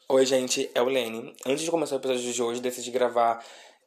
Oi, gente, é o Lene. Antes de começar o episódio de hoje, decidi gravar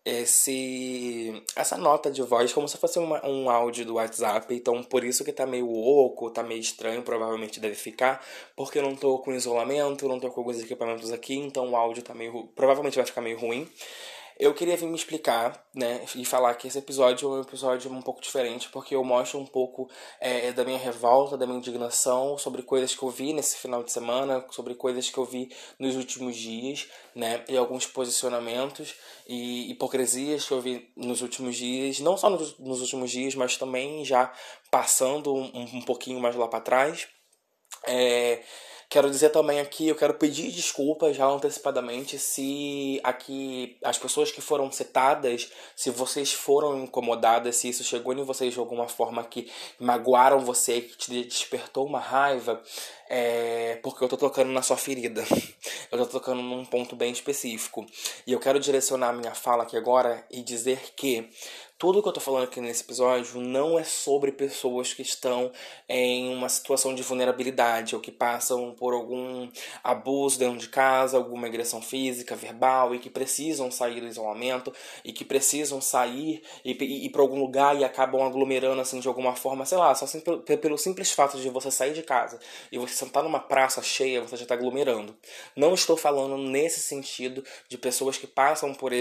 essa nota de voz como se fosse um áudio do WhatsApp. Então, por isso que tá meio oco, tá meio estranho, provavelmente deve ficar, porque eu não tô com isolamento, não tô com alguns equipamentos aqui, então o áudio tá provavelmente vai ficar meio ruim. Eu queria vir me explicar, né, e falar que esse episódio é um episódio um pouco diferente, porque eu mostro um pouco da minha revolta, da minha indignação sobre coisas que eu vi nesse final de semana, sobre coisas que eu vi nos últimos dias, né, e alguns posicionamentos e hipocrisias que eu vi nos últimos dias, não só nos últimos dias, mas também já passando um pouquinho mais lá pra trás. Quero dizer também aqui, eu quero pedir desculpas já antecipadamente se aqui as pessoas que foram citadas, se vocês foram incomodadas, se isso chegou em vocês de alguma forma que magoaram você, que te despertou uma raiva, porque eu tô tocando na sua ferida. Eu tô tocando num ponto bem específico. E eu quero direcionar a minha fala aqui agora e dizer que tudo que eu tô falando aqui nesse episódio não é sobre pessoas que estão em uma situação de vulnerabilidade ou que passam por algum abuso dentro de casa, alguma agressão física, verbal e que precisam sair do isolamento e que precisam sair e ir pra algum lugar e acabam aglomerando assim de alguma forma, sei lá, só assim, pelo simples fato de você sair de casa e você sentar numa praça cheia, você já tá aglomerando. Não estou falando nesse sentido de pessoas que passam por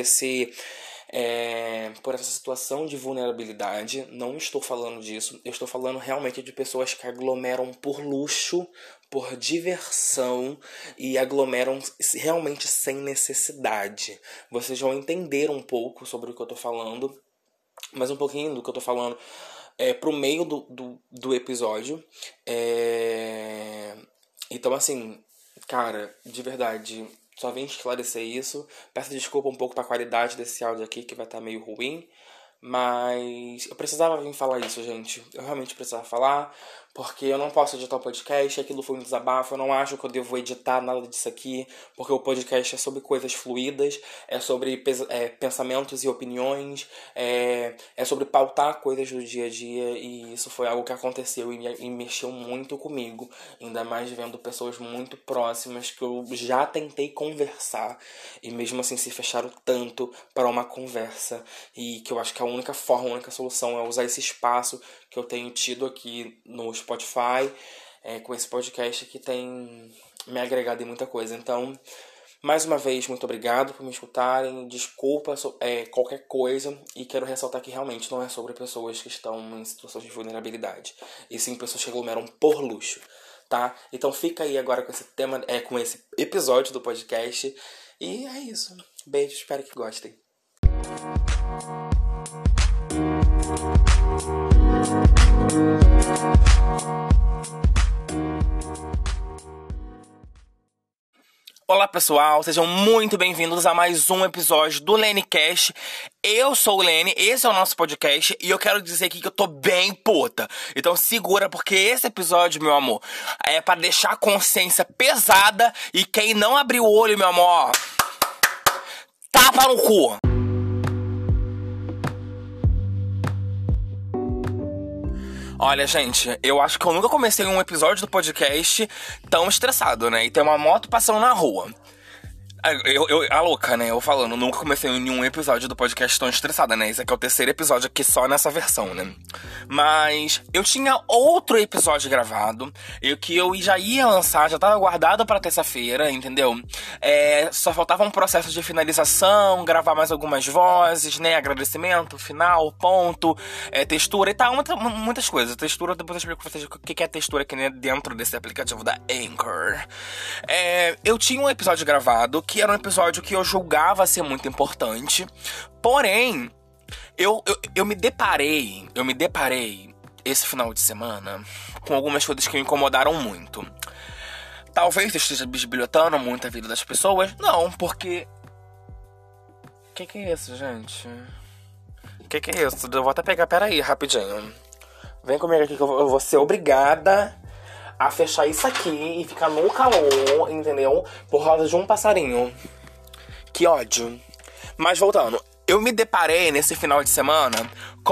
por essa situação de vulnerabilidade. Não estou falando disso. Eu estou falando realmente de pessoas que aglomeram por luxo, por diversão e aglomeram realmente sem necessidade. Vocês vão entender um pouco sobre o que eu estou falando, mas um pouquinho do que eu estou falando pro meio do episódio. Então, assim, cara, de verdade, só vim esclarecer isso. Peço desculpa um pouco pra qualidade desse áudio aqui, que vai estar meio ruim. Mas eu precisava vir falar isso, gente. Eu realmente precisava falar, porque eu não posso editar o podcast, aquilo foi um desabafo, eu não acho que eu devo editar nada disso aqui, porque o podcast é sobre coisas fluídas, é sobre pensamentos e opiniões, é sobre pautar coisas do dia a dia, e isso foi algo que aconteceu e mexeu muito comigo, ainda mais vendo pessoas muito próximas que eu já tentei conversar, e mesmo assim se fecharam tanto para uma conversa, e que eu acho que a única forma, a única solução é usar esse espaço que eu tenho tido aqui no Spotify, com esse podcast que tem me agregado em muita coisa. Então, mais uma vez, muito obrigado por me escutarem, desculpa qualquer coisa, e quero ressaltar que realmente não é sobre pessoas que estão em situações de vulnerabilidade, e sim pessoas que aglomeram por luxo, tá? Então fica aí agora com esse tema, com esse episódio do podcast, e é isso. Beijo, espero que gostem. Olá pessoal, sejam muito bem-vindos a mais um episódio do LeneCast. Eu sou o Lene, esse é o nosso podcast e eu quero dizer aqui que eu tô bem puta. Então segura, porque esse episódio, meu amor, é pra deixar a consciência pesada e quem não abrir o olho, meu amor, tapa no cu. Olha, gente, eu acho que eu nunca comecei um episódio do podcast tão estressado, né? E tem uma moto passando na rua. A louca, né? Eu falando, nunca comecei em nenhum episódio do podcast tão estressada, né? Esse aqui é o terceiro episódio aqui só nessa versão, né? Mas eu tinha outro episódio gravado, que eu já ia lançar, já tava guardado pra terça-feira, entendeu? Só faltava um processo de finalização, gravar mais algumas vozes, né? Agradecimento, final, ponto, textura e tal, muitas coisas. Textura, depois eu explico pra vocês o que é textura aqui, né? Dentro desse aplicativo da Anchor. Eu tinha um episódio gravado que era um episódio que eu julgava ser muito importante. Porém, eu me deparei esse final de semana com algumas coisas que me incomodaram muito. Talvez eu esteja bisbilhotando muito a vida das pessoas. Não, porque... Que é isso, gente? Que é isso? Eu vou até pegar, peraí, rapidinho. Vem comigo aqui que eu vou ser obrigada a fechar isso aqui e ficar no calor, entendeu? Por causa de um passarinho. Que ódio. Mas voltando, eu me deparei nesse final de semana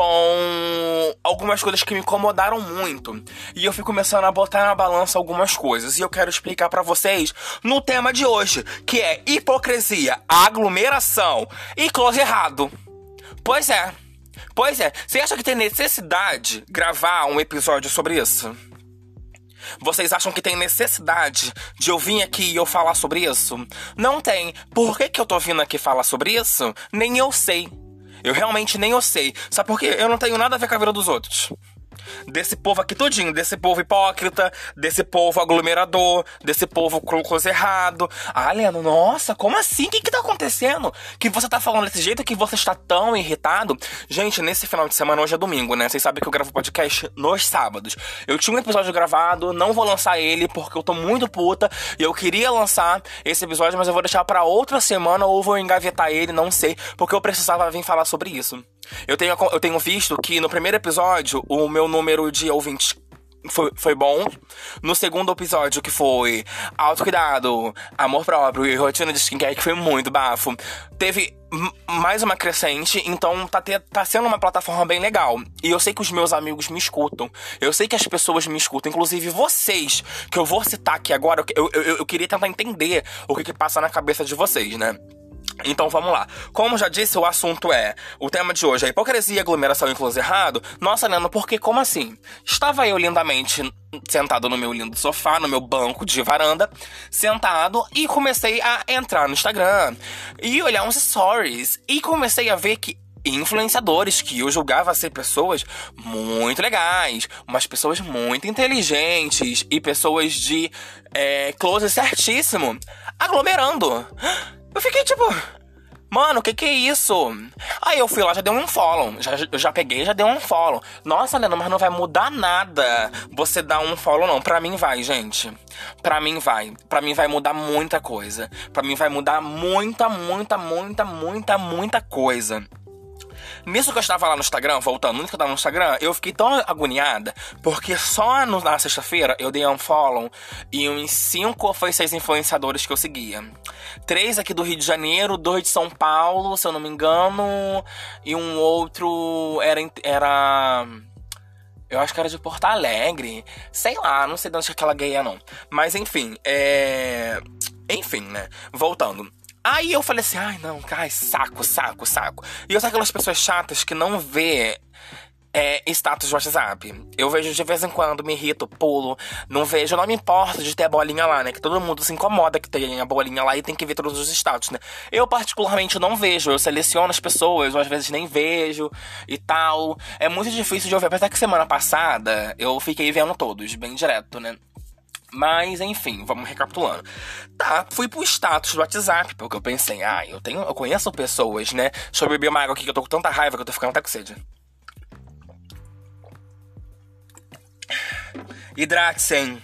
com algumas coisas que me incomodaram muito. E eu fui começando a botar na balança algumas coisas. E eu quero explicar pra vocês no tema de hoje, que é hipocrisia, aglomeração e close errado. Pois é. Você acha que tem necessidade de gravar um episódio sobre isso? Vocês acham que tem necessidade de eu vir aqui e eu falar sobre isso? Não tem. Por que eu tô vindo aqui falar sobre isso? Nem eu sei. Eu realmente nem eu sei. Sabe por quê? Eu não tenho nada a ver com a vida dos outros. Desse povo aqui todinho, desse povo hipócrita, desse povo aglomerador, desse povo close errado. Ah, Leno, nossa, como assim? O que tá acontecendo? Que você tá falando desse jeito, que você está tão irritado? Gente, nesse final de semana, hoje é domingo, né? Vocês sabem que eu gravo podcast nos sábados. Eu tinha um episódio gravado, não vou lançar ele porque eu tô muito puta e eu queria lançar esse episódio, mas eu vou deixar pra outra semana ou vou engavetar ele, não sei, porque eu precisava vir falar sobre isso. Eu tenho visto que no primeiro episódio o meu número de ouvintes foi bom. No segundo episódio, que foi autocuidado, amor próprio e rotina de skincare, que foi muito bafo, teve mais uma crescente. Então tá sendo uma plataforma bem legal. E eu sei que os meus amigos me escutam. Eu sei que as pessoas me escutam. Inclusive vocês, que eu vou citar aqui agora. Eu queria tentar entender o que passa na cabeça de vocês, né? Então vamos lá. Como já disse, o assunto o tema de hoje é hipocrisia, aglomeração e close errado. Nossa, Neno, porque como assim? Estava eu lindamente sentado no meu lindo sofá, no meu banco de varanda, sentado, e comecei a entrar no Instagram e olhar uns stories. E comecei a ver que influenciadores que eu julgava ser pessoas muito legais, umas pessoas muito inteligentes e pessoas de close certíssimo, aglomerando. Eu fiquei tipo, mano, que é isso? Aí eu fui lá, já dei um follow. Eu já peguei, já dei um follow. Nossa, Lena, mas não vai mudar nada você dar um follow, não. Pra mim vai, gente. Pra mim vai. Pra mim vai mudar muita coisa. Pra mim vai mudar muita coisa. Nisso que eu estava lá no Instagram, voltando, nisso que eu estava no Instagram, eu fiquei tão agoniada, porque só na sexta-feira eu dei um follow e uns 5 ou 6 influenciadores que eu seguia. 3 aqui do Rio de Janeiro, 2 de São Paulo, se eu não me engano, e um outro era eu acho que era de Porto Alegre. Sei lá, não sei de onde aquela gay é, não. Mas enfim, enfim, né? Voltando. Aí eu falei assim, ai não, saco. E eu sou aquelas pessoas chatas que não vê status de WhatsApp. Eu vejo de vez em quando, me irrito, pulo. Não vejo, não me importa de ter a bolinha lá, né? Que todo mundo se incomoda que tem a bolinha lá e tem que ver todos os status, né? Eu particularmente não vejo, eu seleciono as pessoas, ou às vezes nem vejo e tal. É muito difícil de ouvir, apesar que semana passada eu fiquei vendo todos, bem direto, né? Mas, enfim, vamos recapitulando. Tá, fui pro status do WhatsApp, porque eu pensei, eu conheço pessoas, né? Deixa eu beber uma água aqui, que eu tô com tanta raiva que eu tô ficando até com sede. Hidrate-se.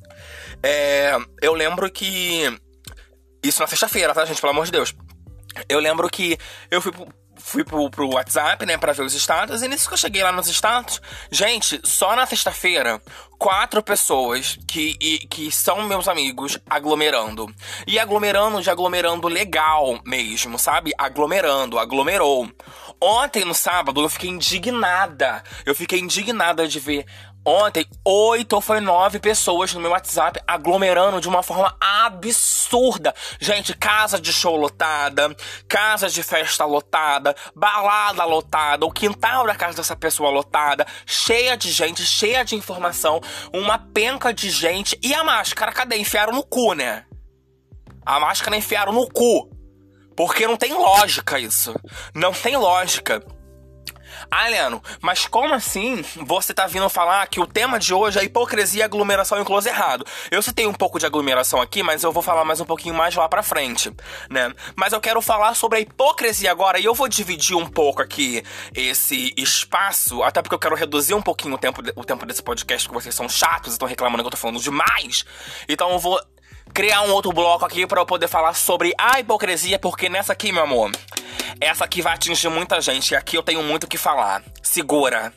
Eu lembro que... Isso na sexta-feira, tá, gente? Pelo amor de Deus. Eu lembro que eu fui pro WhatsApp, né, pra ver os status. E nisso que eu cheguei lá nos status, gente, só na sexta-feira 4 pessoas que são meus amigos aglomerando. E aglomerando legal mesmo, sabe? Aglomerou. Ontem, no sábado, eu fiquei indignada. De ver ontem 8 ou foi 9 pessoas no meu WhatsApp aglomerando de uma forma absurda. Gente, casa de show lotada, casa de festa lotada, balada lotada, o quintal da casa dessa pessoa lotada, cheia de gente, cheia de informação, uma penca de gente. E a máscara, cadê? Enfiaram no cu, né? A máscara enfiaram no cu. Porque não tem lógica isso. Não tem lógica. Ah, Leno, mas como assim você tá vindo falar que o tema de hoje é hipocrisia, aglomeração e close errado? Eu citei um pouco de aglomeração aqui, mas eu vou falar mais um pouquinho mais lá pra frente, né? Mas eu quero falar sobre a hipocrisia agora, e eu vou dividir um pouco aqui esse espaço, até porque eu quero reduzir um pouquinho o tempo desse podcast, porque vocês são chatos e estão reclamando que eu tô falando demais. Então eu vou criar um outro bloco aqui pra eu poder falar sobre a hipocrisia, porque nessa aqui, meu amor, essa aqui vai atingir muita gente e aqui eu tenho muito o que falar. Segura!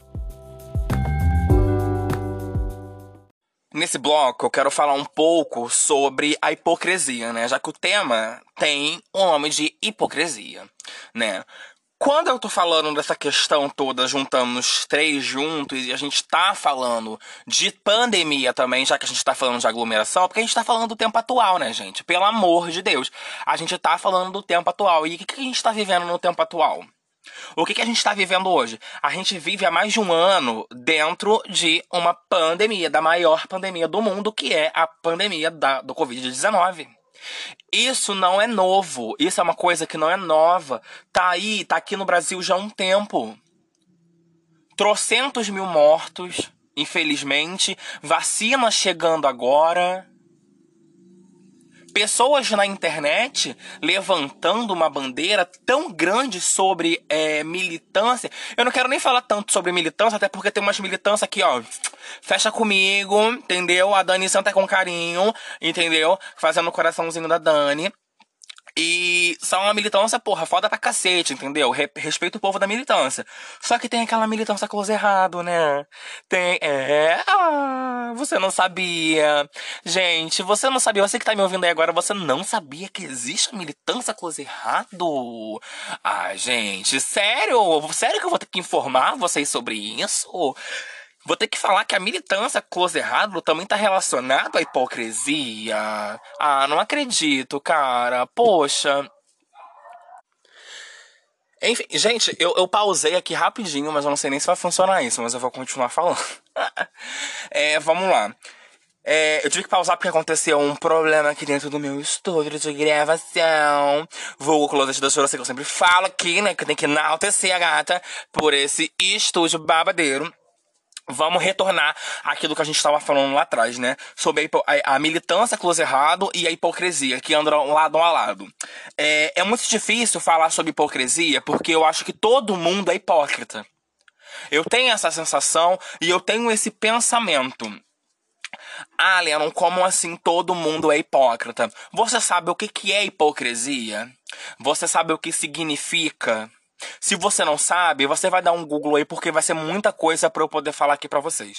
Nesse bloco eu quero falar um pouco sobre a hipocrisia, né? Já que o tema tem o nome de hipocrisia, né? Quando eu tô falando dessa questão toda, juntando os três juntos, e a gente tá falando de pandemia também, já que a gente tá falando de aglomeração, porque a gente tá falando do tempo atual, né, gente? Pelo amor de Deus. A gente tá falando do tempo atual. E o que a gente tá vivendo no tempo atual? O que a gente tá vivendo hoje? A gente vive há mais de um ano dentro de uma pandemia, da maior pandemia do mundo, que é a pandemia do Covid-19. Isso não é novo. Isso é uma coisa que não é nova. Tá aí, tá aqui no Brasil já há um tempo. Trocentos mil mortos, infelizmente. Vacina chegando agora. Pessoas na internet levantando uma bandeira tão grande sobre militância. Eu não quero nem falar tanto sobre militância, até porque tem umas militâncias aqui, ó. Fecha comigo, entendeu? A Dani senta com carinho, entendeu? Fazendo o coraçãozinho da Dani. E são uma militância, porra, foda pra cacete, entendeu? Respeito o povo da militância. Só que tem aquela militância close errado, né? Tem. Você não sabia. Gente, você não sabia. Você que tá me ouvindo aí agora, você não sabia que existe a militância close errado? Ah, gente, sério? Sério que eu vou ter que informar vocês sobre isso? Vou ter que falar que a militância close errado também tá relacionado à hipocrisia. Ah, não acredito, cara. Poxa. Enfim, gente, eu pausei aqui rapidinho, mas eu não sei nem se vai funcionar isso, mas eu vou continuar falando. Vamos lá. Eu tive que pausar porque aconteceu um problema aqui dentro do meu estúdio de gravação. Vulgo Closet da Chorocê, que eu sempre falo aqui, né? Que tem que enaltecer a gata por esse estúdio babadeiro. Vamos retornar àquilo que a gente estava falando lá atrás, né? Sobre a militância close errado e a hipocrisia, que andam lado a lado. É muito difícil falar sobre hipocrisia, porque eu acho que todo mundo é hipócrita. Eu tenho essa sensação e eu tenho esse pensamento. Ah, Lennon, como assim todo mundo é hipócrita? Você sabe o que é hipocrisia? Você sabe o que significa? Se você não sabe, você vai dar um Google aí, porque vai ser muita coisa pra eu poder falar aqui pra vocês.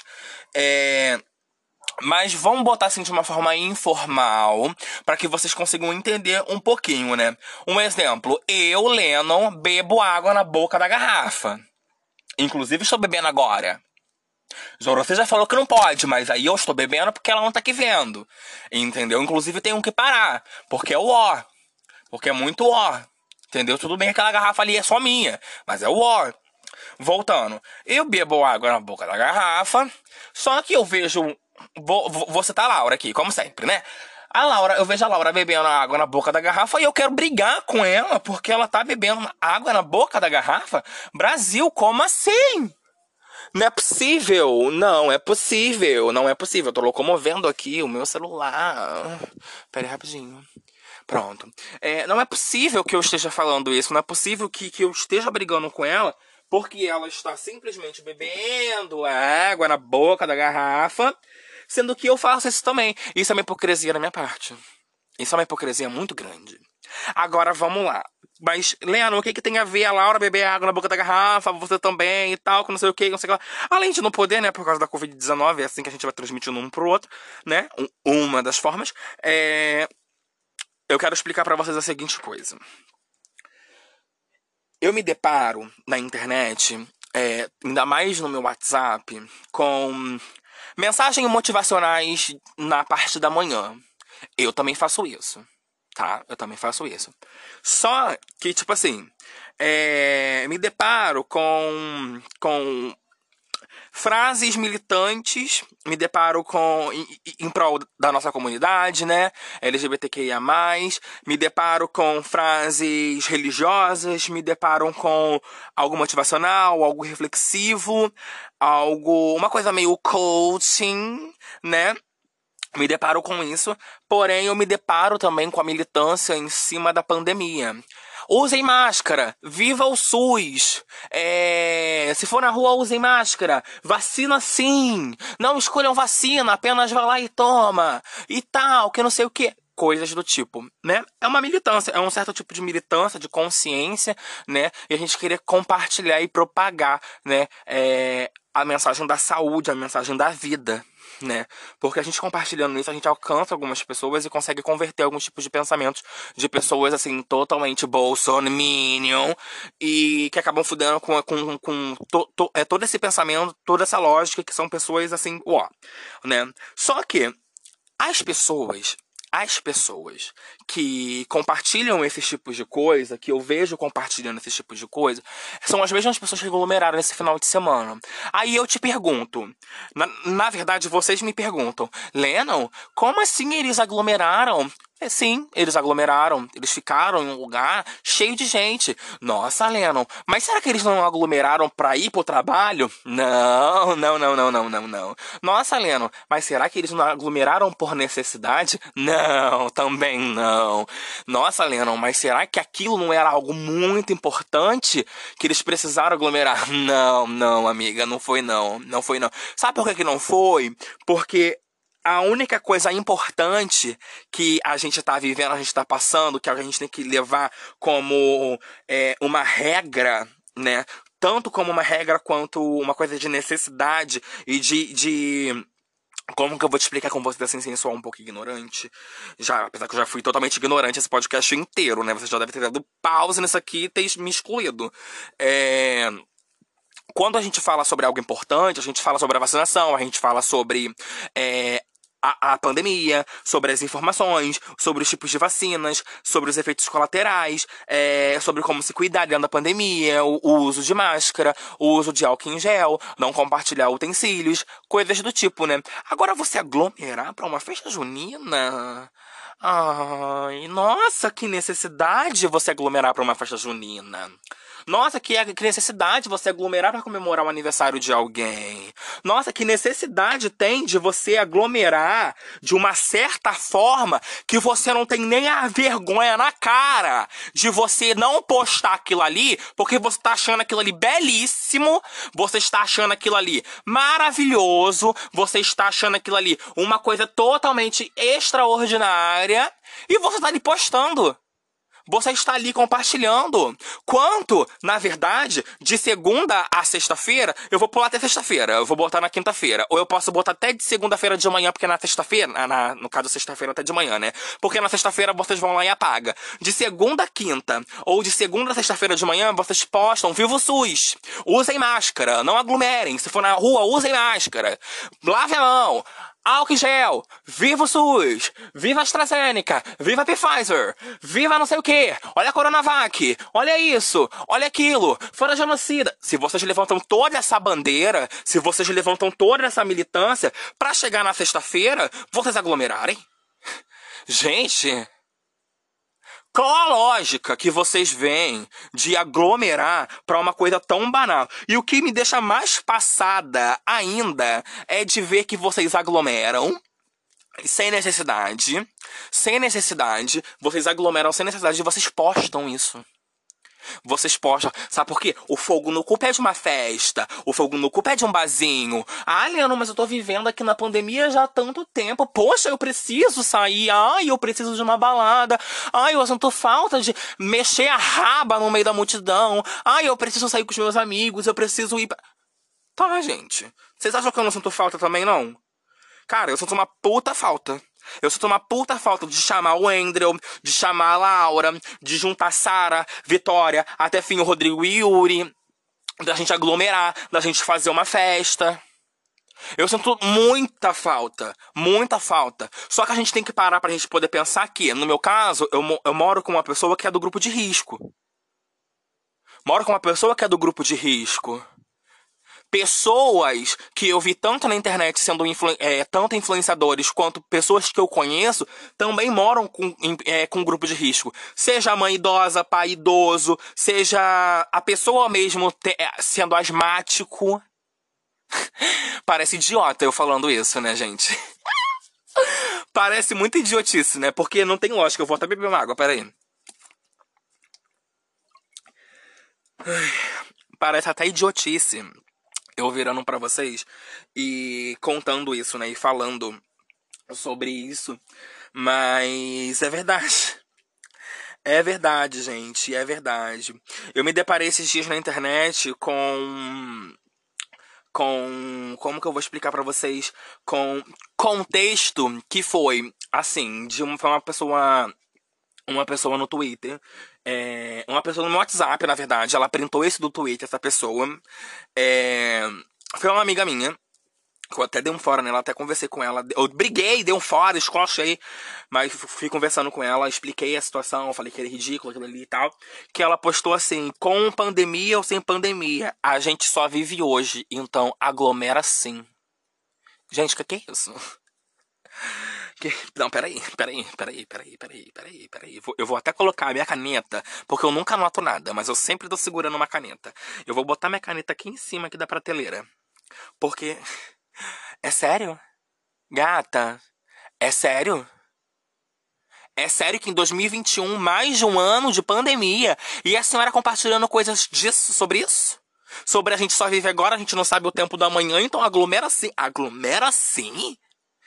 Mas vamos botar assim de uma forma informal, pra que vocês consigam entender um pouquinho, né? Um exemplo, eu, Lennon, bebo água na boca da garrafa. Inclusive estou bebendo agora. Você já falou que não pode, mas aí eu estou bebendo porque ela não tá aqui vendo. Entendeu? Inclusive tenho que parar, porque é o ó. Porque é muito ó. Entendeu? Tudo bem que aquela garrafa ali é só minha, mas é o ó. Voltando, eu bebo água na boca da garrafa, só que eu vejo... Vou citar a Laura aqui, como sempre, né? Eu vejo a Laura bebendo água na boca da garrafa e eu quero brigar com ela porque ela tá bebendo água na boca da garrafa. Brasil, como assim? Não é possível, não é possível, não é possível. Eu tô locomovendo aqui o meu celular. Pera aí rapidinho. Pronto. Não é possível que eu esteja falando isso, não é possível que eu esteja brigando com ela, porque ela está simplesmente bebendo a água na boca da garrafa, sendo que eu faço isso também. Isso é uma hipocrisia da minha parte. Isso é uma hipocrisia muito grande. Agora vamos lá. Mas, Leandro, o que tem a ver a Laura beber água na boca da garrafa, você também e tal, que não sei o que, não sei o que lá. Além de não poder, né, por causa da Covid-19, é assim que a gente vai transmitindo um pro outro, né, uma das formas. Eu quero explicar pra vocês a seguinte coisa. Eu me deparo na internet, ainda mais no meu WhatsApp, com mensagens motivacionais na parte da manhã. Eu também faço isso, tá? Eu também faço isso. Só que, tipo assim, me deparo com frases militantes, me deparo com em prol da nossa comunidade, né? LGBTQIA+, me deparo com frases religiosas, me deparo com algo motivacional, algo reflexivo, uma coisa meio coaching, né? Me deparo com isso, porém eu me deparo também com a militância em cima da pandemia. Usem máscara, viva o SUS, se for na rua usem máscara, vacina sim, não escolham vacina, apenas vá lá e toma, e tal, que não sei o que. coisas do tipo, né? É uma militância, é um certo tipo de militância, de consciência, né? E a gente querer compartilhar e propagar, né? A mensagem da saúde, a mensagem da vida, né? Porque a gente compartilhando isso, a gente alcança algumas pessoas e consegue converter alguns tipos de pensamentos de pessoas, assim, totalmente bolsominion e que acabam fudendo com todo esse pensamento, toda essa lógica, que são pessoas, assim, né? Só que as pessoas que compartilham esses tipos de coisa, que eu vejo compartilhando esses tipos de coisa, são as mesmas pessoas que aglomeraram nesse final de semana. Aí eu te pergunto, na verdade vocês me perguntam, Lennon, como assim eles aglomeraram? Sim, eles aglomeraram, eles ficaram em um lugar cheio de gente. Nossa, Lennon, mas será que eles não aglomeraram pra ir pro trabalho? Não, não, não, não, não, não, não. Nossa, Lennon, mas será que eles não aglomeraram por necessidade? Não, também não. Nossa, Lennon, mas será que aquilo não era algo muito importante que eles precisaram aglomerar? Não, não, amiga, não foi não, não foi não. Sabe por que não foi? Porque a única coisa importante que a gente está vivendo, a gente está passando, que a gente tem que levar como uma regra, né? Tanto como uma regra quanto uma coisa de necessidade e de... Como que eu vou te explicar com você assim, sem soar um pouco ignorante? Já, apesar que eu já fui totalmente ignorante esse podcast inteiro, né? Você já deve ter dado pause nisso aqui e ter me excluído. Quando a gente fala sobre algo importante, a gente fala sobre a vacinação, a gente fala sobre a pandemia, sobre as informações, sobre os tipos de vacinas, sobre os efeitos colaterais, sobre como se cuidar dentro da pandemia, o uso de máscara, o uso de álcool em gel, não compartilhar utensílios, coisas do tipo, né? Agora você aglomerar para uma festa junina... Ai, nossa, que necessidade você aglomerar para uma festa junina. Nossa, que necessidade você aglomerar para comemorar o aniversário de alguém. Nossa, que necessidade tem de você aglomerar de uma certa forma que você não tem nem a vergonha na cara de você não postar aquilo ali, porque você tá achando aquilo ali belíssimo, você está achando aquilo ali maravilhoso, você está achando aquilo ali uma coisa totalmente extraordinária e você tá ali postando. Você está ali compartilhando. Quanto, na verdade, de segunda a sexta-feira, eu vou pular até sexta-feira. Eu vou botar na quinta-feira. Ou eu posso botar até de segunda-feira de manhã, porque na sexta-feira, no caso, sexta-feira até de manhã, né? Porque na sexta-feira vocês vão lá e apagam. De segunda a quinta, ou de segunda a sexta-feira de manhã, vocês postam Viva o SUS. Usem máscara, não aglomerem. Se for na rua, usem máscara. Lave a mão. Álcool em gel, viva o SUS, viva a AstraZeneca, viva a Pfizer, viva não sei o que, olha a Coronavac, olha isso, olha aquilo, fora genocida. Se vocês levantam toda essa bandeira, se vocês levantam toda essa militância, pra chegar na sexta-feira, vocês aglomerarem? Gente... Qual a lógica que vocês veem de aglomerar para uma coisa tão banal? E o que me deixa mais passada ainda é de ver que vocês aglomeram sem necessidade. Sem necessidade. Vocês aglomeram sem necessidade e vocês postam isso. Vocês postam. Sabe por quê? O fogo no cu pede uma festa. O fogo no cu pede um barzinho. Ah, Leandro, mas eu tô vivendo aqui na pandemia já há tanto tempo. Poxa, eu preciso sair. Ai, eu preciso de uma balada. Ai, eu sinto falta de mexer a raba no meio da multidão. Ai, eu preciso sair com os meus amigos. Eu preciso ir... Tá, gente. Vocês acham que eu não sinto falta também, não? Cara, eu sinto uma puta falta. Eu sinto uma puta falta de chamar o Andrew, de chamar a Laura, de juntar Sara, Vitória, até fim o Rodrigo e Yuri, da gente aglomerar, da gente fazer uma festa. Eu sinto muita falta, muita falta. Só que a gente tem que parar pra gente poder pensar que, no meu caso, eu moro com uma pessoa que é do grupo de risco. Moro com uma pessoa que é do grupo de risco. Pessoas que eu vi tanto na internet sendo tanto influenciadores quanto pessoas que eu conheço também moram com grupo de risco. Seja a mãe idosa, pai idoso, seja a pessoa mesmo sendo asmático. Parece idiota eu falando isso, né, gente? Parece muito idiotice, né? Porque não tem lógica. Eu vou até beber uma água, peraí. Parece até idiotice eu virando pra vocês e contando isso, né? E falando sobre isso. Mas é verdade. É verdade, gente, é verdade. Eu me deparei esses dias na internet como que eu vou explicar pra vocês, com contexto que foi assim, foi uma pessoa no Twitter, uma pessoa no WhatsApp, na verdade, ela printou esse do Twitter, essa pessoa, é, foi uma amiga minha. Eu até dei um fora nela, até conversei com ela. Eu briguei, dei um fora, escrochei. Mas fui conversando com ela, expliquei a situação, falei que era ridículo aquilo ali e tal. Que ela postou assim: com pandemia ou sem pandemia, a gente só vive hoje, então aglomera sim. Gente, o que é isso? Não, peraí. Eu vou até colocar a minha caneta, porque eu nunca anoto nada, mas eu sempre tô segurando uma caneta. Eu vou botar minha caneta aqui em cima aqui da prateleira. Porque. É sério? Gata, é sério? É sério que em 2021, mais de um ano de pandemia, e a senhora compartilhando coisas sobre isso? Sobre a gente só vive agora, a gente não sabe o tempo da manhã, então aglomera sim. Aglomera sim?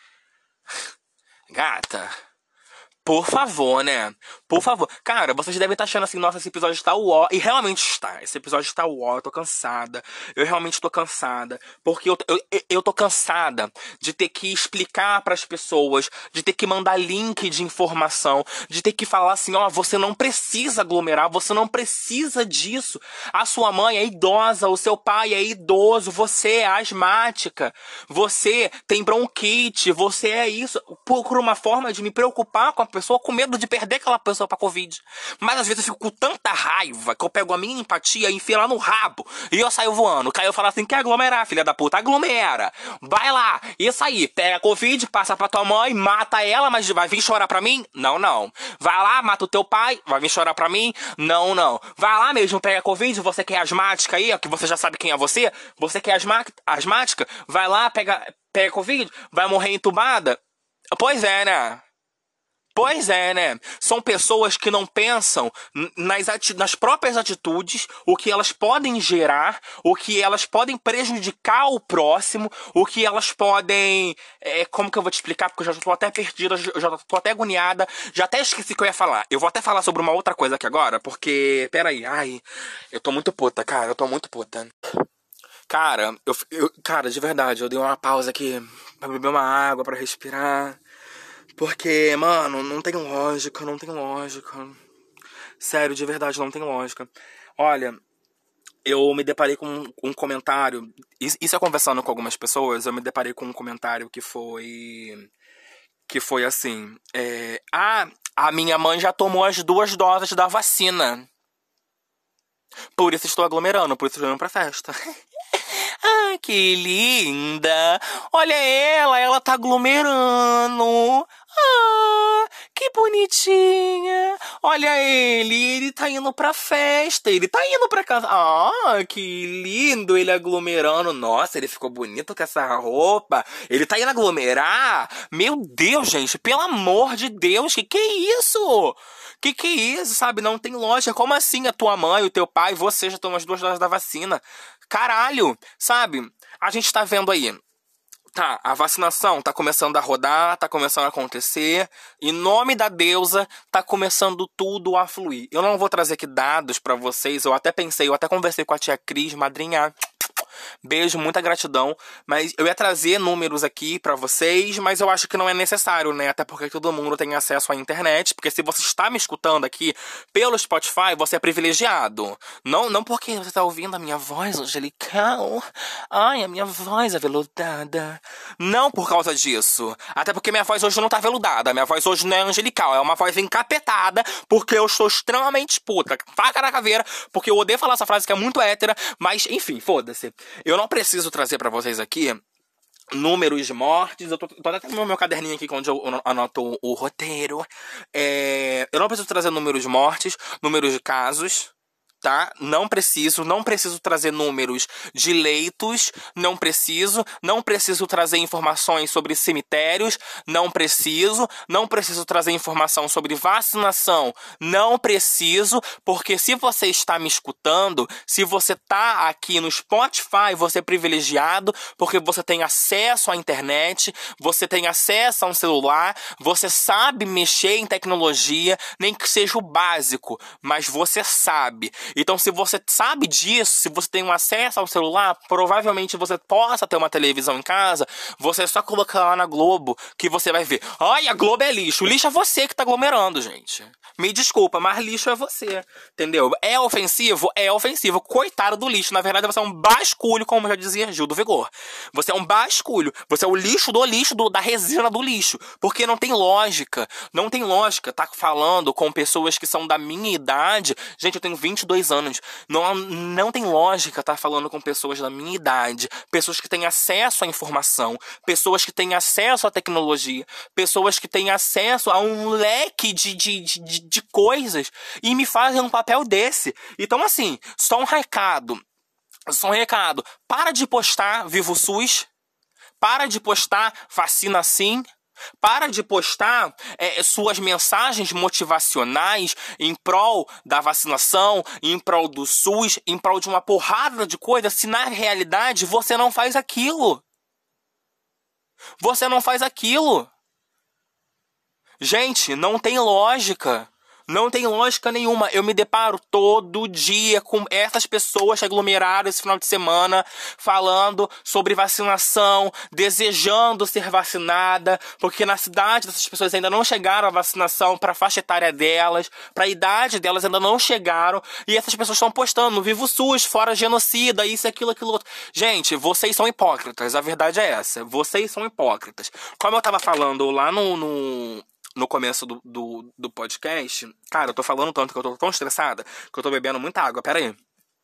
Gata, por favor, né? Por favor. Cara, vocês devem estar achando assim, nossa, esse episódio está uó. E realmente está. Esse episódio está uó. Eu tô cansada. Eu realmente tô cansada. Porque eu tô cansada de ter que explicar pras pessoas, de ter que mandar link de informação, de ter que falar assim, ó, você não precisa aglomerar, você não precisa disso. A sua mãe é idosa, o seu pai é idoso, você é asmática, você tem bronquite, você é isso. Por uma forma de me preocupar com a pessoa, com medo de perder aquela pessoa pra Covid. Mas às vezes eu fico com tanta raiva que eu pego a minha empatia e enfio lá no rabo. E eu saio voando. Caiu fala assim, quer aglomerar, filha da puta? Aglomera. Vai lá. Isso aí. Pega a Covid, passa pra tua mãe, mata ela, mas vai vir chorar pra mim? Não, não. Vai lá, mata o teu pai, vai vir chorar pra mim? Não, não. Vai lá mesmo, pega a Covid, você que é asmática aí, que você já sabe quem é você. Você que é asmática, vai lá, pega a Covid, vai morrer entubada. Pois é, né? Pois é, né? São pessoas que não pensam nas próprias atitudes, o que elas podem gerar, o que elas podem prejudicar o próximo, o que elas podem. Como que eu vou te explicar? Porque eu já tô até perdida, eu já tô até agoniada, já até esqueci o que eu ia falar. Eu vou até falar sobre uma outra coisa aqui agora, porque. Peraí, ai. Eu tô muito puta, cara, eu tô muito puta. Cara, cara, de verdade, eu dei uma pausa aqui pra beber uma água, pra respirar. Porque, mano, não tem lógica, não tem lógica. Sério, de verdade, não tem lógica. Olha, eu me deparei com um comentário. Isso é conversando com algumas pessoas, eu me deparei com um comentário que foi. Que foi assim. A minha mãe já tomou as 2 doses da vacina. Por isso estou aglomerando, por isso estou indo pra festa. Ah, que linda! Olha ela tá aglomerando. Ah, que bonitinha. Olha ele tá indo pra festa, ele tá indo pra casa. Ah, que lindo ele aglomerando. Nossa, ele ficou bonito com essa roupa. Ele tá indo aglomerar. Meu Deus, gente, pelo amor de Deus, que é isso? Que é isso, sabe? Não tem lógica. Como assim a tua mãe, o teu pai, você já tomam as 2 doses da vacina? Caralho, sabe? A gente tá vendo aí. Tá, a vacinação tá começando a rodar, tá começando a acontecer. Em nome da deusa, tá começando tudo a fluir. Eu não vou trazer aqui dados pra vocês. Eu até conversei com a tia Cris, madrinha. Beijo, muita gratidão. Mas eu ia trazer números aqui pra vocês, mas eu acho que não é necessário, né? Até porque todo mundo tem acesso à internet. Porque se você está me escutando aqui pelo Spotify, você é privilegiado. Não porque você está ouvindo a minha voz angelical. Ai, a minha voz aveludada. Não por causa disso. Até porque minha voz hoje não tá aveludada. Minha voz hoje não é angelical. É uma voz encapetada. Porque eu estou extremamente puta. Faca na caveira. Porque eu odeio falar essa frase que é muito hétera. Mas, enfim, foda-se. Eu não preciso trazer pra vocês aqui números de mortes. Eu tô até no meu caderninho aqui onde eu anoto o roteiro. Eu não preciso trazer números de mortes, números de casos, tá? Não preciso trazer números de leitos, não preciso trazer informações sobre cemitérios, não preciso trazer informação sobre vacinação, não preciso, porque se você está me escutando, se você tá aqui no Spotify, você é privilegiado, porque você tem acesso à internet, você tem acesso a um celular, você sabe mexer em tecnologia, nem que seja o básico, mas você sabe. Então, se você sabe disso, se você tem um acesso ao celular, provavelmente você possa ter uma televisão em casa, você só colocar lá na Globo, que você vai ver. Ai, a Globo é lixo. O lixo é você que tá aglomerando, gente. Me desculpa, mas lixo é você. Entendeu? É ofensivo? É ofensivo. Coitado do lixo. Na verdade, você é um basculho, como já dizia Gil do Vigor. Você é um basculho. Você é o lixo, da resina do lixo. Porque não tem lógica. Não tem lógica tá falando com pessoas que são da minha idade. Gente, eu tenho 22 anos. Não tem lógica tá falando com pessoas da minha idade. Pessoas que têm acesso à informação. Pessoas que têm acesso à tecnologia. Pessoas que têm acesso a um leque de coisas. E me fazem um papel desse. Então, assim, só um recado. Para de postar Vivo SUS. Para de postar vacina sim. Para de postar suas mensagens motivacionais em prol da vacinação, em prol do SUS, em prol de uma porrada de coisas, se na realidade você não faz aquilo. Você não faz aquilo. Gente, não tem lógica. Não tem lógica nenhuma. Eu me deparo todo dia com essas pessoas que aglomeraram esse final de semana falando sobre vacinação, desejando ser vacinada, porque na cidade dessas pessoas ainda não chegaram a vacinação para a faixa etária delas, para a idade delas ainda não chegaram, e essas pessoas estão postando no Vivo SUS, fora genocida, isso, aquilo, aquilo outro. Gente, vocês são hipócritas, a verdade é essa. Vocês são hipócritas. Como eu tava falando lá no começo do podcast, cara, eu tô falando tanto que eu tô tão estressada que eu tô bebendo muita água, pera aí.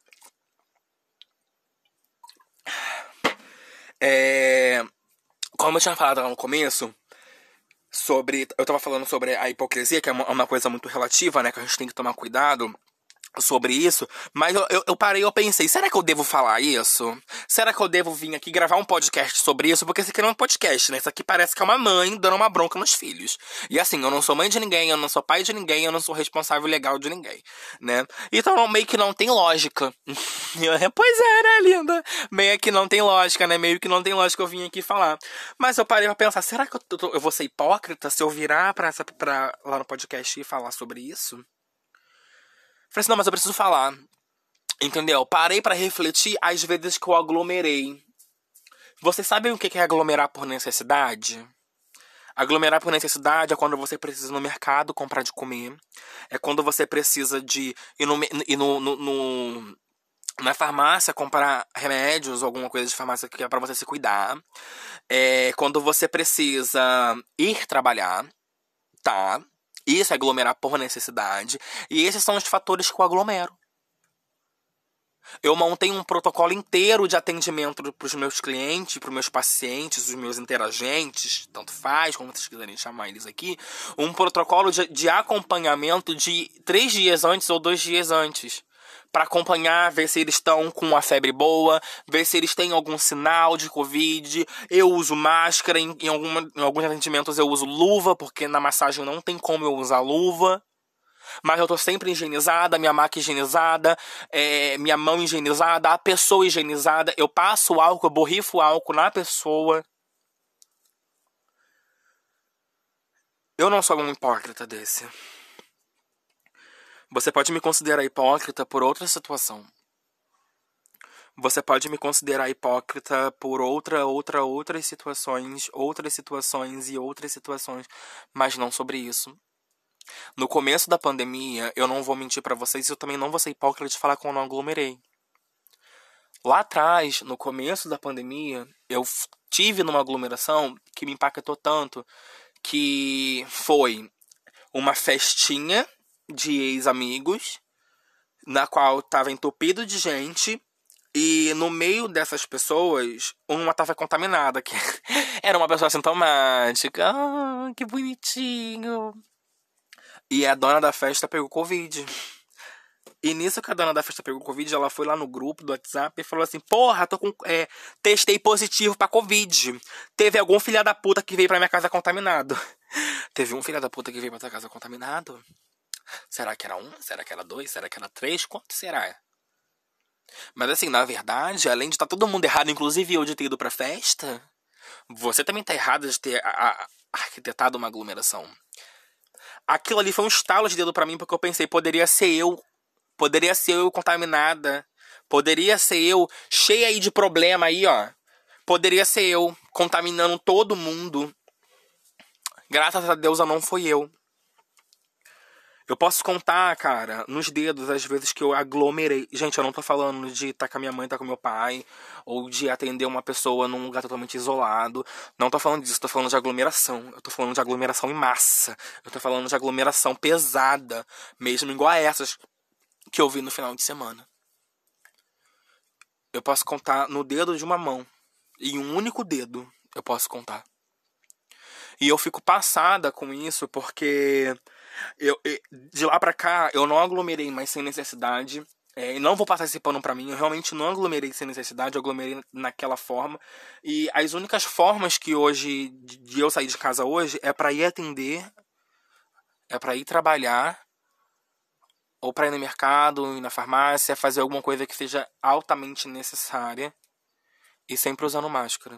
Como eu tinha falado lá no começo, eu tava falando sobre a hipocrisia, que é uma coisa muito relativa, né, que a gente tem que tomar cuidado sobre isso, mas eu parei e eu pensei, será que eu devo falar isso? Será que eu devo vir aqui gravar um podcast sobre isso? Porque isso aqui não é um podcast, né? Isso aqui parece que é uma mãe dando uma bronca nos filhos. E assim, eu não sou mãe de ninguém, eu não sou pai de ninguém, eu não sou responsável legal de ninguém, né? Então meio que não tem lógica. Pois é, né, linda? Meio que não tem lógica, né? Meio que não tem lógica eu vim aqui falar. Mas eu parei pra pensar, será que eu vou ser hipócrita se eu virar lá no podcast e falar sobre isso? Falei assim, não, mas eu preciso falar. Entendeu? Parei pra refletir as vezes que eu aglomerei. Vocês sabem o que é aglomerar por necessidade? Aglomerar por necessidade é quando você precisa ir no mercado comprar de comer. É quando você precisa de ir na farmácia comprar remédios ou alguma coisa de farmácia que é pra você se cuidar. É quando você precisa ir trabalhar, tá? Isso é aglomerar por necessidade. E esses são os fatores que eu aglomero. Eu montei um protocolo inteiro de atendimento para os meus clientes, para os meus pacientes, os meus interagentes, tanto faz, como vocês quiserem chamar eles aqui. Um protocolo de acompanhamento de 3 dias antes ou 2 dias antes. Para acompanhar, ver se eles estão com a febre boa, ver se eles têm algum sinal de Covid. Eu uso máscara, em alguns atendimentos eu uso luva, porque na massagem não tem como eu usar luva. Mas eu tô sempre higienizada, minha máquina higienizada, minha mão higienizada, a pessoa higienizada. Eu passo álcool, eu borrifo álcool na pessoa. Eu não sou um hipócrita desse. Você pode me considerar hipócrita por outra situação. Você pode me considerar hipócrita por outras situações e outras situações, mas não sobre isso. No começo da pandemia, eu não vou mentir pra vocês, eu também não vou ser hipócrita de falar que eu não aglomerei. Lá atrás, no começo da pandemia, eu tive numa aglomeração que me impactou tanto, que foi uma festinha de ex-amigos, na qual tava entupido de gente, e no meio dessas pessoas, uma tava contaminada, que era uma pessoa assintomática. Ah, que bonitinho. E a dona da festa pegou Covid. E nisso que a dona da festa pegou Covid, ela foi lá no grupo do WhatsApp e falou assim: porra, testei positivo pra Covid. Teve algum filho da puta que veio pra minha casa contaminado. Teve um filho da puta que veio pra tua casa contaminado? Será que era um? Será que era dois? Será que era três? Quanto será? Mas assim, na verdade, além de estar todo mundo errado, inclusive eu de ter ido pra festa, você também tá errado de ter arquitetado uma aglomeração. Aquilo ali foi um estalo de dedo pra mim, porque eu pensei, poderia ser eu contaminada. Poderia ser eu cheia aí de problema aí, ó. Poderia ser eu contaminando todo mundo. Graças a Deus não foi eu. Eu posso contar, cara, nos dedos as vezes que eu aglomerei. Gente, eu não tô falando de estar com a minha mãe, estar com meu pai, ou de atender uma pessoa num lugar totalmente isolado. Não tô falando disso, tô falando de aglomeração. Eu tô falando de aglomeração em massa. Eu tô falando de aglomeração pesada, mesmo igual a essas que eu vi no final de semana. Eu posso contar no dedo de uma mão. Em um único dedo eu posso contar. E eu fico passada com isso porque de lá pra cá eu não aglomerei mais sem necessidade. E não vou passar esse pano pra mim. Eu realmente não aglomerei sem necessidade. Eu aglomerei naquela forma. E as únicas formas que hoje de eu sair de casa hoje é pra ir atender, é pra ir trabalhar, ou pra ir no mercado, ir na farmácia, fazer alguma coisa que seja altamente necessária e sempre usando máscara.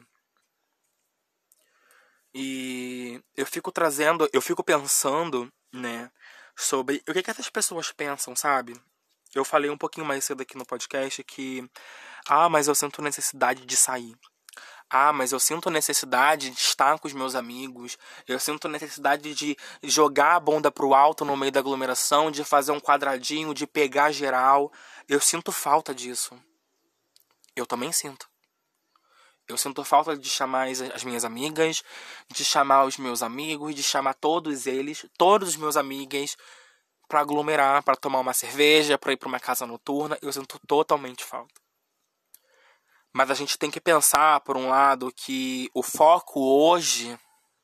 E eu fico pensando, né, sobre o que essas pessoas pensam, sabe? Eu falei um pouquinho mais cedo aqui no podcast que, mas eu sinto necessidade de sair. Mas eu sinto necessidade de estar com os meus amigos. Eu sinto necessidade de jogar a bunda pro alto no meio da aglomeração, de fazer um quadradinho, de pegar geral. Eu sinto falta disso. Eu também sinto. Eu sinto falta de chamar as minhas amigas, de chamar os meus amigos, de chamar todos os meus amigos, pra aglomerar, pra tomar uma cerveja, pra ir pra uma casa noturna. Eu sinto totalmente falta. Mas a gente tem que pensar, por um lado, que o foco hoje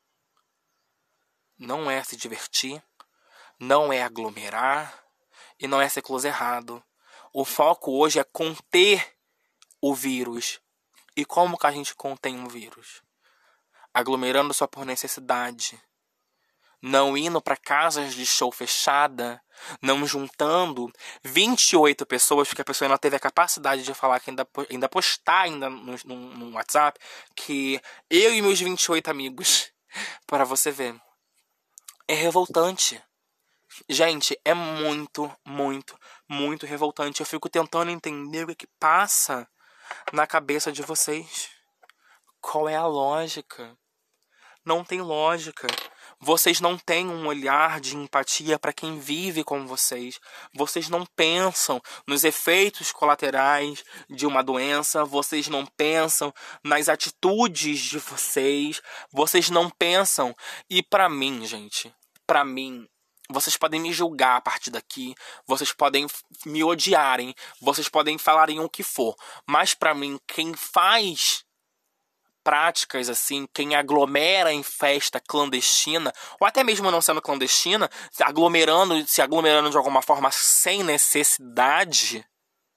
não é se divertir, não é aglomerar e não é ser close errado. O foco hoje é conter o vírus. E como que a gente contém um vírus? Aglomerando só por necessidade. Não indo para casas de show fechada. Não juntando 28 pessoas, porque a pessoa ainda teve a capacidade de falar que ainda postar ainda no WhatsApp que eu e meus 28 amigos. Para você ver. É revoltante. Gente, é muito, muito, muito revoltante. Eu fico tentando entender o que passa na cabeça de vocês. Qual é a lógica? Não tem lógica. Vocês não têm um olhar de empatia para quem vive com vocês. Vocês não pensam nos efeitos colaterais de uma doença. Vocês não pensam nas atitudes de vocês. Vocês não pensam. E para mim, gente, vocês podem me julgar a partir daqui, vocês podem me odiarem, vocês podem falarem o que for, mas pra mim, quem faz práticas assim, quem aglomera em festa clandestina, ou até mesmo não sendo clandestina, se aglomerando de alguma forma sem necessidade,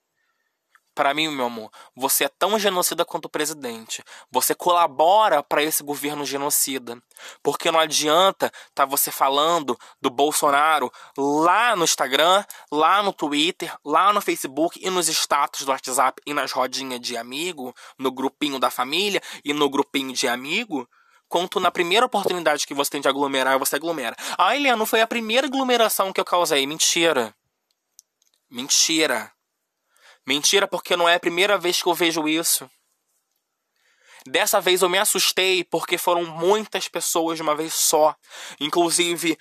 pra mim, meu amor, você é tão genocida quanto o presidente. Você colabora para esse governo genocida. Porque não adianta tá você falando do Bolsonaro lá no Instagram, lá no Twitter, lá no Facebook e nos status do WhatsApp e nas rodinhas de amigo, no grupinho da família e no grupinho de amigo, quanto na primeira oportunidade que você tem de aglomerar, você aglomera. Eliana, foi a primeira aglomeração que eu causei. Mentira. Mentira. Mentira, porque não é a primeira vez que eu vejo isso. Dessa vez eu me assustei porque foram muitas pessoas de uma vez só. Inclusive,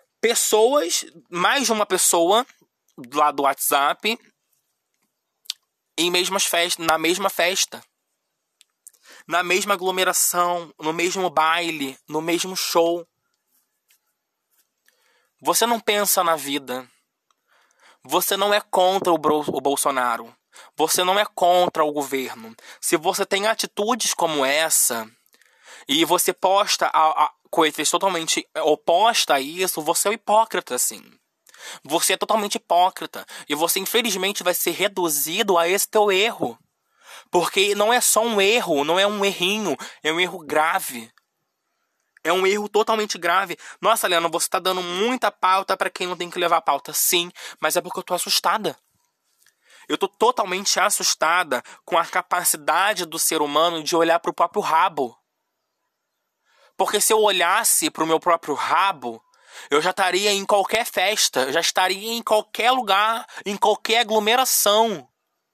mais de uma pessoa lá do WhatsApp, na mesma festa. Na mesma aglomeração, no mesmo baile, no mesmo show. Você não pensa na vida. Você não é contra o Bolsonaro. Você não é contra o governo. Se você tem atitudes como essa e você posta coisas totalmente opostas a isso, você é um hipócrita, sim. Você é totalmente hipócrita. E você, infelizmente, vai ser reduzido a esse teu erro. Porque não é só um erro, não é um errinho, é um erro grave. É um erro totalmente grave. Nossa, Leana, você tá dando muita pauta pra quem não tem que levar pauta. Sim, mas é porque eu tô assustada. Eu tô totalmente assustada com a capacidade do ser humano de olhar pro próprio rabo. Porque se eu olhasse pro meu próprio rabo, eu já estaria em qualquer festa, eu já estaria em qualquer lugar, em qualquer aglomeração.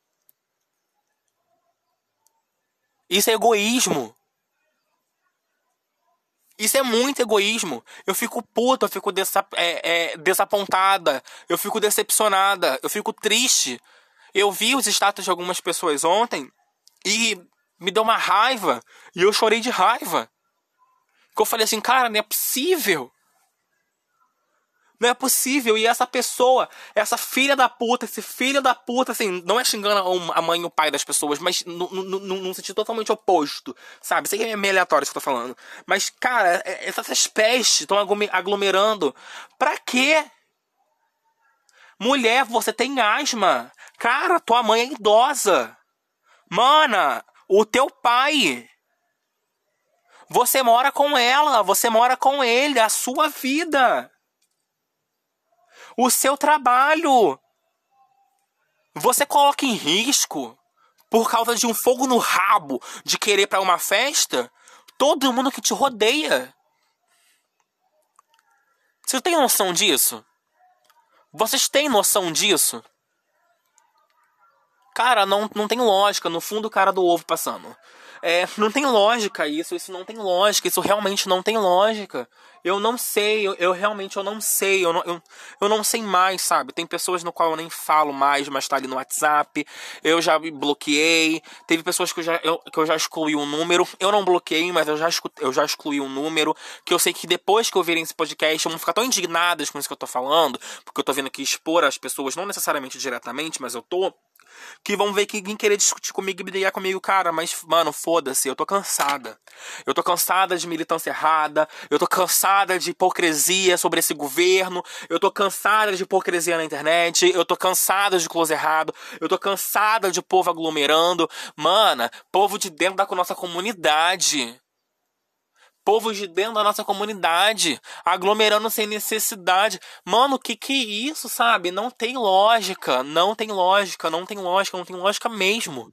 Isso é egoísmo. Isso é muito egoísmo. Eu fico puta, eu fico desapontada, eu fico decepcionada, eu fico triste. Eu vi os status de algumas pessoas ontem e me deu uma raiva. E eu chorei de raiva. Porque eu falei assim, cara, não é possível. Não é possível. E essa pessoa, essa filha da puta, esse filho da puta, assim, não é xingando a mãe e o pai das pessoas, mas num sentido totalmente oposto, sabe? Sei que é meio aleatório isso que eu tô falando. Mas, cara, essas pestes estão aglomerando. Pra quê? Mulher, você tem asma. Cara, tua mãe é idosa. Mana, o teu pai. Você mora com ela, você mora com ele, a sua vida. O seu trabalho. Você coloca em risco por causa de um fogo no rabo de querer ir pra uma festa todo mundo que te rodeia. Você tem noção disso? Vocês têm noção disso? Cara, não tem lógica. No fundo, o cara do ovo passando. Não tem lógica isso não tem lógica, isso realmente não tem lógica. Eu não sei, eu realmente eu não sei, eu não sei mais, sabe? Tem pessoas no qual eu nem falo mais, mas tá ali no WhatsApp, eu já me bloqueei, teve pessoas que eu já excluí um número, eu não bloqueei, mas eu já excluí um número, que eu sei que depois que eu virem esse podcast, vão ficar tão indignadas com isso que eu tô falando, porque eu tô vindo aqui expor as pessoas, não necessariamente diretamente, mas eu tô... que vão ver que vem querer discutir comigo e brigar comigo, cara, mas, mano, foda-se, eu tô cansada. Eu tô cansada de militância errada, eu tô cansada de hipocrisia sobre esse governo, eu tô cansada de hipocrisia na internet, eu tô cansada de close errado, eu tô cansada de povo aglomerando, mana, povo de dentro da nossa comunidade. Povos de dentro da nossa comunidade, aglomerando sem necessidade. Mano, que é isso, sabe? Não tem lógica, não tem lógica, não tem lógica, não tem lógica mesmo.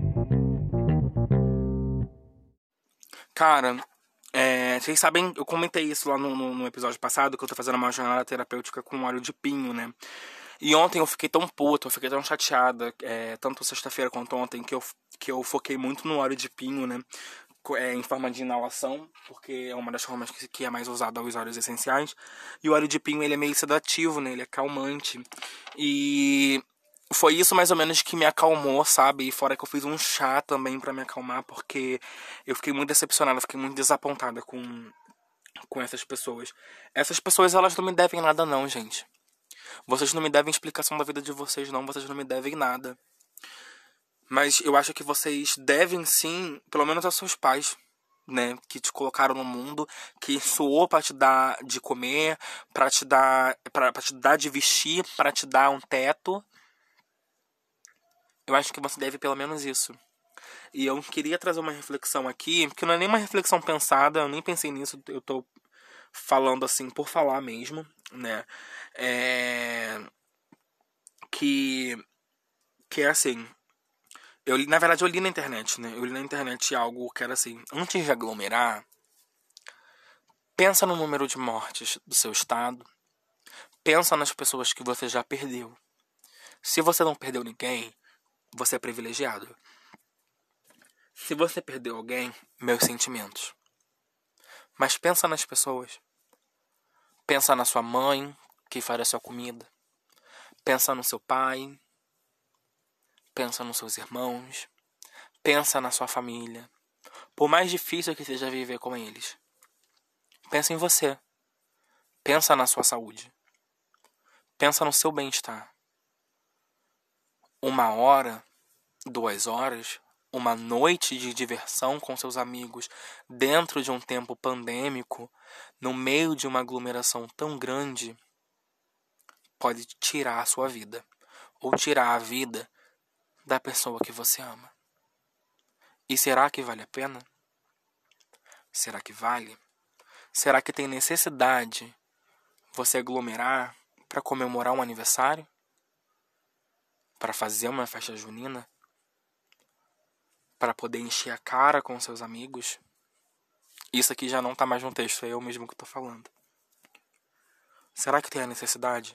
Cara, vocês sabem, eu comentei isso lá no episódio passado, que eu tô fazendo uma jornada terapêutica com óleo de pinho, né? E ontem eu fiquei tão puto, eu fiquei tão chateada, tanto sexta-feira quanto ontem, que eu foquei muito no óleo de pinho, né? Em forma de inalação, porque é uma das formas que é mais usada os óleos essenciais. E o óleo de pinho, ele é meio sedativo, né? Ele é calmante. E foi isso mais ou menos que me acalmou, sabe? E fora que eu fiz um chá também pra me acalmar, porque eu fiquei muito decepcionada, fiquei muito desapontada com essas pessoas. Essas pessoas, elas não me devem nada não, gente. Vocês não me devem explicação da vida de vocês não, vocês não me devem nada. Mas eu acho que vocês devem sim, pelo menos aos seus pais, né? Que te colocaram no mundo, que suou pra te dar de comer, pra te dar de vestir, pra te dar um teto. Eu acho que você deve pelo menos isso. E eu queria trazer uma reflexão aqui, que não é nem uma reflexão pensada, eu nem pensei nisso, eu tô falando assim por falar mesmo, né? Que é assim... na verdade, eu li na internet, né? Eu li na internet algo que era assim: antes de aglomerar, pensa no número de mortes do seu estado. Pensa nas pessoas que você já perdeu. Se você não perdeu ninguém, você é privilegiado. Se você perdeu alguém, meus sentimentos. Mas pensa nas pessoas. Pensa na sua mãe, que faz a sua comida. Pensa no seu pai. Pensa nos seus irmãos. Pensa na sua família. Por mais difícil que seja viver com eles. Pensa em você. Pensa na sua saúde. Pensa no seu bem-estar. 1 hora, 2 horas, uma noite de diversão com seus amigos dentro de um tempo pandêmico, no meio de uma aglomeração tão grande, pode tirar a sua vida. Ou tirar a vida da pessoa que você ama. E será que vale a pena? Será que vale? Será que tem necessidade você aglomerar para comemorar um aniversário? Para fazer uma festa junina? Para poder encher a cara com seus amigos? Isso aqui já não tá mais no texto, é eu mesmo que tô falando. Será que tem a necessidade?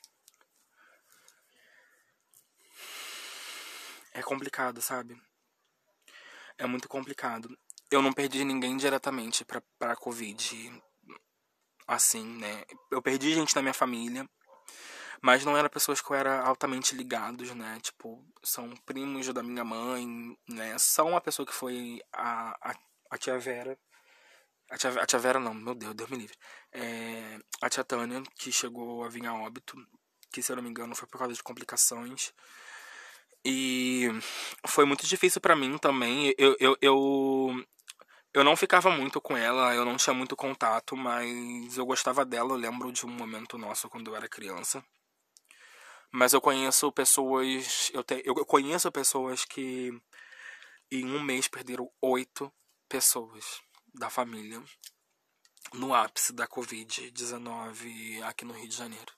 É complicado, sabe? É muito complicado. Eu não perdi ninguém diretamente pra Covid, assim, né? Eu perdi gente da minha família, mas não eram pessoas que eu era altamente ligados, né? Tipo, são primos da minha mãe, né? Só uma pessoa que foi a tia Vera. A tia Vera não, meu Deus me livre. A tia Tânia, que chegou a vir a óbito, que se eu não me engano foi por causa de complicações. E foi muito difícil pra mim também. Eu não ficava muito com ela, eu não tinha muito contato, mas eu gostava dela. Eu lembro de um momento nosso quando eu era criança. Mas eu conheço pessoas. Eu conheço pessoas que em um mês perderam 8 pessoas da família no ápice da Covid-19 aqui no Rio de Janeiro.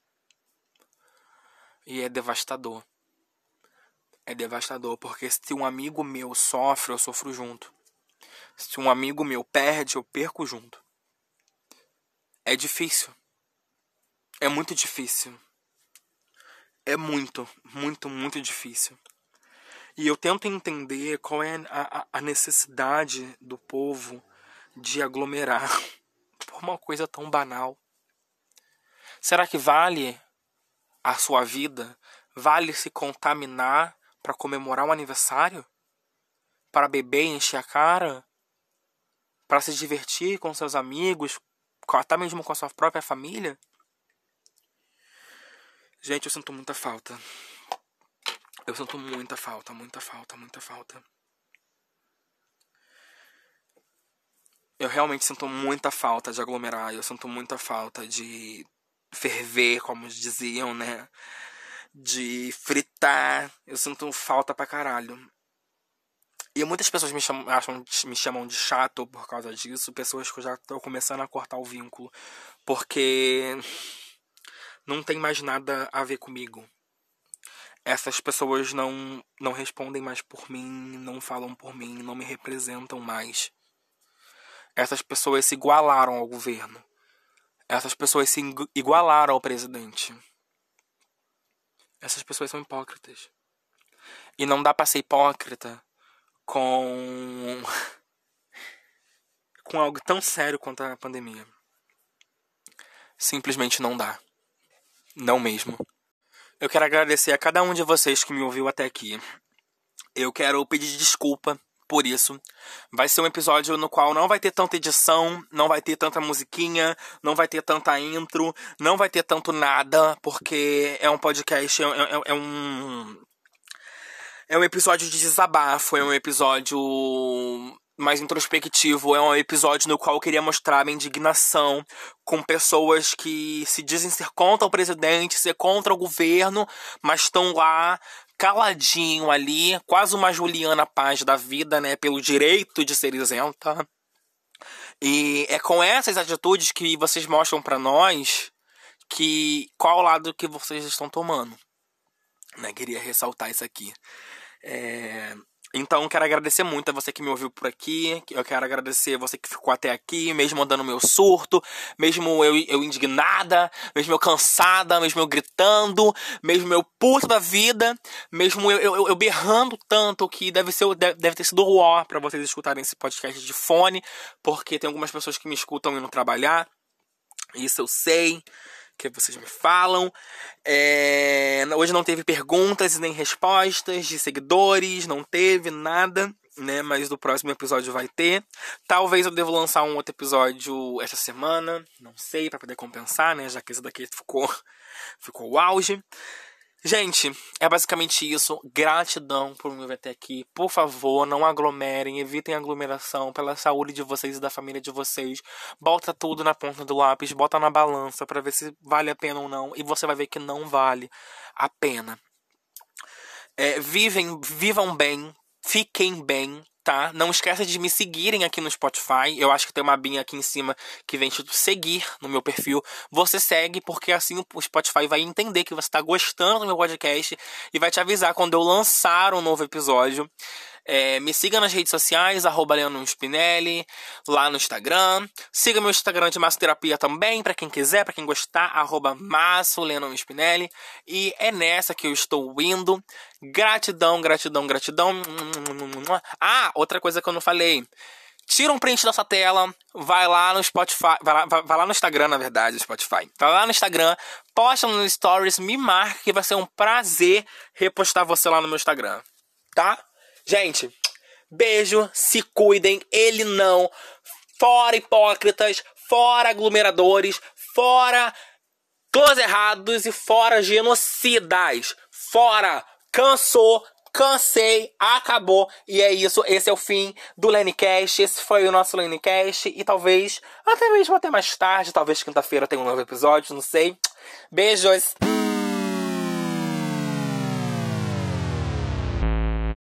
E é devastador. É devastador, porque se um amigo meu sofre, eu sofro junto. Se um amigo meu perde, eu perco junto. É difícil. É muito difícil. É muito, muito, muito difícil. E eu tento entender qual é a necessidade do povo de aglomerar por uma coisa tão banal. Será que vale a sua vida? Vale se contaminar para comemorar um aniversário? Para beber e encher a cara? Para se divertir com seus amigos? Até mesmo com a sua própria família? Gente, eu sinto muita falta. Eu sinto muita falta, muita falta, muita falta. Eu realmente sinto muita falta de aglomerar. Eu sinto muita falta de ferver, como diziam, né? De fritar. Eu sinto falta pra caralho. E muitas pessoas me chamam de chato por causa disso. Pessoas que eu já tô começando a cortar o vínculo. Porque não tem mais nada a ver comigo. Essas pessoas não respondem mais por mim, não falam por mim, não me representam mais. Essas pessoas se igualaram ao governo. Essas pessoas se igualaram ao presidente. Essas pessoas são hipócritas. E não dá pra ser hipócrita com algo tão sério quanto a pandemia. Simplesmente não dá. Não mesmo. Eu quero agradecer a cada um de vocês que me ouviu até aqui. Eu quero pedir desculpa por isso. Vai ser um episódio no qual não vai ter tanta edição, não vai ter tanta musiquinha, não vai ter tanta intro, não vai ter tanto nada, porque é um podcast, é um episódio de desabafo, é um episódio mais introspectivo, é um episódio no qual eu queria mostrar minha indignação com pessoas que se dizem ser contra o presidente, ser contra o governo, mas estão lá caladinho ali, quase uma Juliana Paz da vida, né, pelo direito de ser isenta. E é com essas atitudes que vocês mostram pra nós qual lado que vocês estão tomando. Né, queria ressaltar isso aqui. Então, quero agradecer muito a você que me ouviu por aqui. Eu quero agradecer você que ficou até aqui, mesmo andando meu surto, mesmo eu indignada, mesmo eu cansada, mesmo eu gritando, mesmo eu puto da vida, mesmo eu berrando tanto que deve ter sido ó pra vocês escutarem esse podcast de fone, porque tem algumas pessoas que me escutam indo trabalhar. Isso eu sei, que vocês me falam. Hoje não teve perguntas e nem respostas de seguidores, não teve nada, né? Mas no próximo episódio vai ter. Talvez eu devo lançar um outro episódio essa semana, não sei, pra poder compensar, né? Já que esse daqui ficou o auge. Gente, é basicamente isso. Gratidão por me ver até aqui. Por favor, não aglomerem, evitem aglomeração pela saúde de vocês e da família de vocês. Bota tudo na ponta do lápis, bota na balança pra ver se vale a pena ou não. E você vai ver que não vale a pena. Vivam bem, fiquem bem, tá? Não esqueça de me seguirem aqui no Spotify. Eu acho que tem uma abinha aqui em cima que vem escrito seguir no meu perfil. Você segue, porque assim o Spotify vai entender que você está gostando do meu podcast e vai te avisar quando eu lançar um novo episódio. Me siga nas redes sociais, @LeandroSpinelli, lá no Instagram. Siga meu Instagram de massoterapia também, pra quem quiser, pra quem gostar, @MassoLeandroSpinelli. E é nessa que eu estou indo. Gratidão, gratidão, gratidão. Ah, outra coisa que eu não falei. Tira um print da sua tela, vai lá no Spotify, vai lá no Instagram, na verdade, Spotify. Vai lá no Instagram, posta no Stories, me marca que vai ser um prazer repostar você lá no meu Instagram, tá? Gente, beijo, se cuidem, ele não. Fora hipócritas, fora aglomeradores, fora close errados e fora genocidas. Fora, cansei, acabou. E é isso, esse é o fim do LeniCast. Esse foi o nosso LeniCast. E talvez, até mesmo até mais tarde, talvez quinta-feira tenha um novo episódio, não sei. Beijos!